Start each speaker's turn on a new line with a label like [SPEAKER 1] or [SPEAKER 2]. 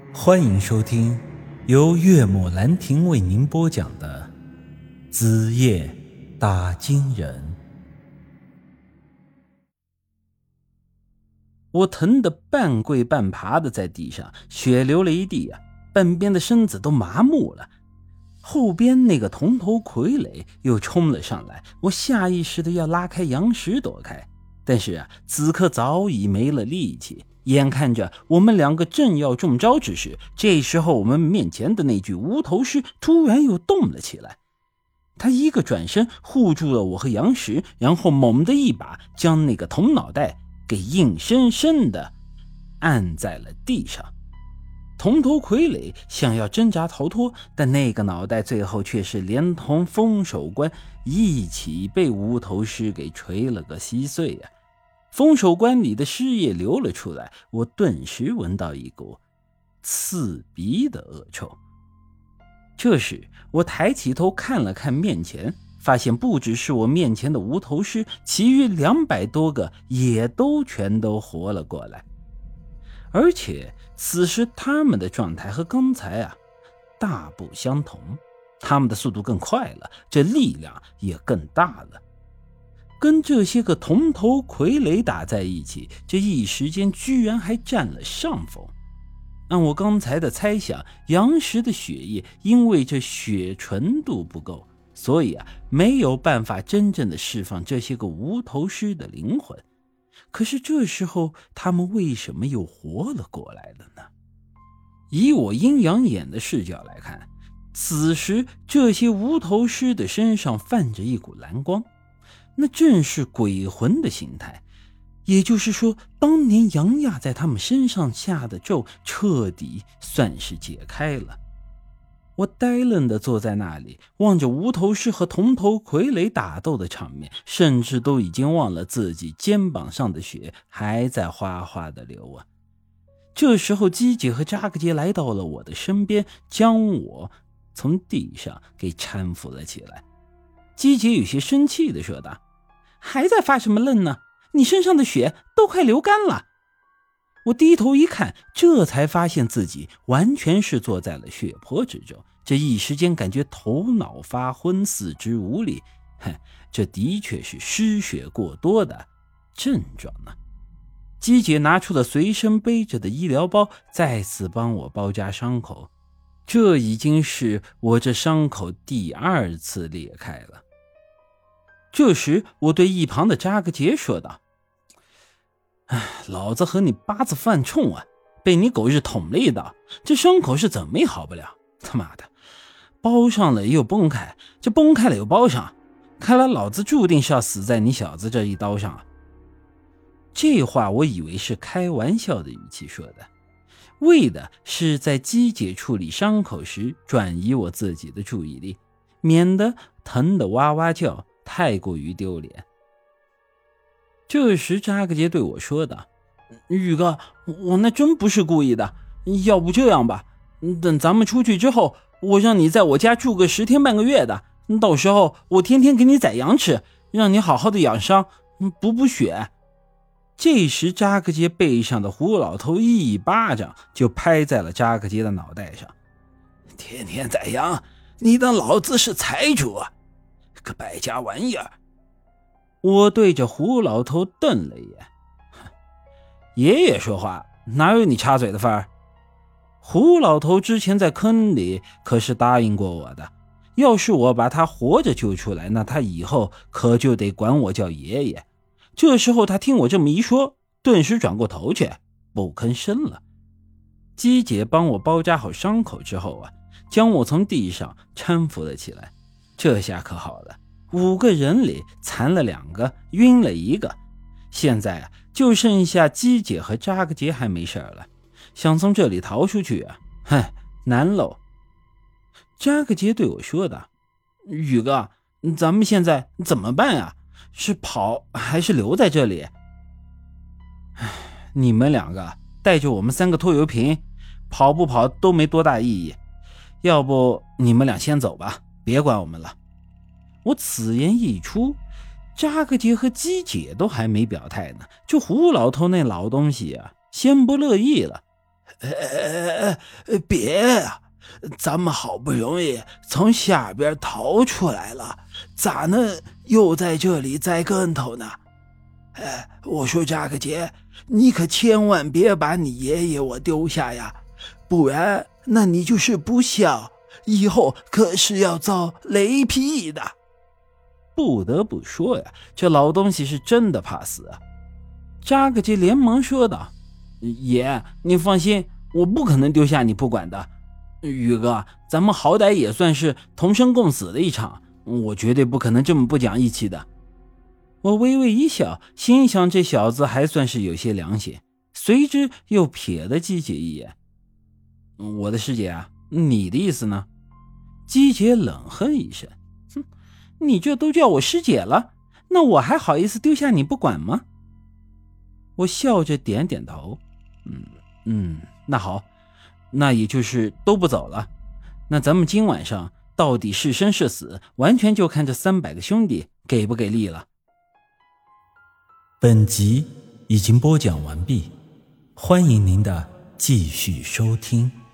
[SPEAKER 1] 欢迎收听由岳母兰亭为您播讲的子夜打金人。我疼得半跪半爬的在地上，血流了一地啊，半边的身子都麻木了。后边那个铜头傀儡又冲了上来，我下意识的要拉开杨石躲开，但是此刻早已没了力气。眼看着我们两个正要中招之时，这时候我们面前的那具无头尸突然又动了起来。他一个转身护住了我和杨石，然后猛地一把将那个铜脑袋给硬生生的按在了地上。铜头傀儡想要挣扎逃脱，但那个脑袋最后却是连同封守官一起被无头尸给锤了个稀碎啊！封守官里的尸液流了出来，我顿时闻到一股刺鼻的恶臭。这时我抬起头看了看面前，发现不只是我面前的无头尸，其余200多个也全都活了过来。而且此时他们的状态和刚才大不相同，他们的速度更快了，这力量也更大了。跟这些个铜头傀儡打在一起，这一时间居然还占了上风。按我刚才的猜想，杨石的血液因为这血纯度不够，所以没有办法真正的释放这些个无头尸的灵魂。可是这时候他们为什么又活了过来了呢？以我阴阳眼的视角来看，此时这些无头尸的身上泛着一股蓝光，那正是鬼魂的形态。也就是说，当年杨亚在他们身上下的咒彻底算是解开了。我呆愣地坐在那里，望着无头尸和铜头傀儡打斗的场面，甚至都已经忘了自己肩膀上的血还在哗哗地流啊。这时候鸡姐和扎克杰来到了我的身边，将我从地上给搀扶了起来。鸡姐有些生气地说道：“还在发什么愣呢？你身上的血都快流干了。”我低头一看，这才发现自己完全是坐在了血泊之中，这一时间感觉头脑发昏，四肢无力。这的确是失血过多的症状呢。姬姐拿出了随身背着的医疗包，再次帮我包扎伤口。这已经是我这伤口第2次裂开了。这时我对一旁的扎克杰说道：“老子和你八字犯冲啊，被你狗日捅了一刀，这伤口是怎么也好不了。他妈的，包上了又崩开，这崩开了又包上，看来老子注定是要死在你小子这一刀上啊。”这话我以为是开玩笑的语气说的，为的是在姬姐处理伤口时转移我自己的注意力，免得疼得哇哇叫，太过于丢脸。这时扎克杰对我说道：“宇哥，我那真不是故意的，要不这样吧，等咱们出去之后，我让你在我家住个10天半个月的，到时候我天天给你宰羊吃，让你好好的养伤，补血。”这时扎克杰背上的胡老头一巴掌就拍在了扎克杰的脑袋上：“天天宰羊，你当老子是财主啊？个败家玩意儿！”我对着胡老头瞪了一眼：“爷爷说话哪有你插嘴的份儿？胡老头之前在坑里可是答应过我的，要是我把他活着救出来，那他以后可就得管我叫爷爷。”这时候他听我这么一说，顿时转过头去不吭声了。姬姐帮我包扎好伤口之后将我从地上搀扶了起来。这下可好了，5个人里残了2个，晕了1个，现在就剩下姬姐和扎克杰还没事了，想从这里逃出去难喽。扎克杰对我说的：“宇哥，咱们现在怎么办啊？是跑还是留在这里？”你们2个带着我们3个拖油瓶，跑不跑都没多大意义，要不你们俩先走吧，别管我们了。我此言一出，扎克杰和姬姐都还没表态呢，这胡老头那老东西先不乐意了：“
[SPEAKER 2] 别啊，咱们好不容易从下边逃出来了，咋能又在这里栽跟头呢？我说扎克姐，你可千万别把你爷爷我丢下呀，不然那你就是不孝，以后可是要遭雷劈的。
[SPEAKER 1] 不得不说呀，这老东西是真的怕死啊！扎克杰连忙说道：“爷，你放心，我不可能丢下你不管的。宇哥，咱们好歹也算是同生共死的一场，我绝对不可能这么不讲义气的。”我微微一笑，心想这小子还算是有些良心，随之又瞥了姬姐一眼。我的师姐啊，你的意思呢？姬姐冷哼一声，哼，你这都叫我师姐了，那我还好意思丢下你不管吗？我笑着点点头，那好，那也就是都不走了。那咱们今晚上到底是生是死，完全就看这300个兄弟给不给力了。
[SPEAKER 3] 本集已经播讲完毕，欢迎您的继续收听。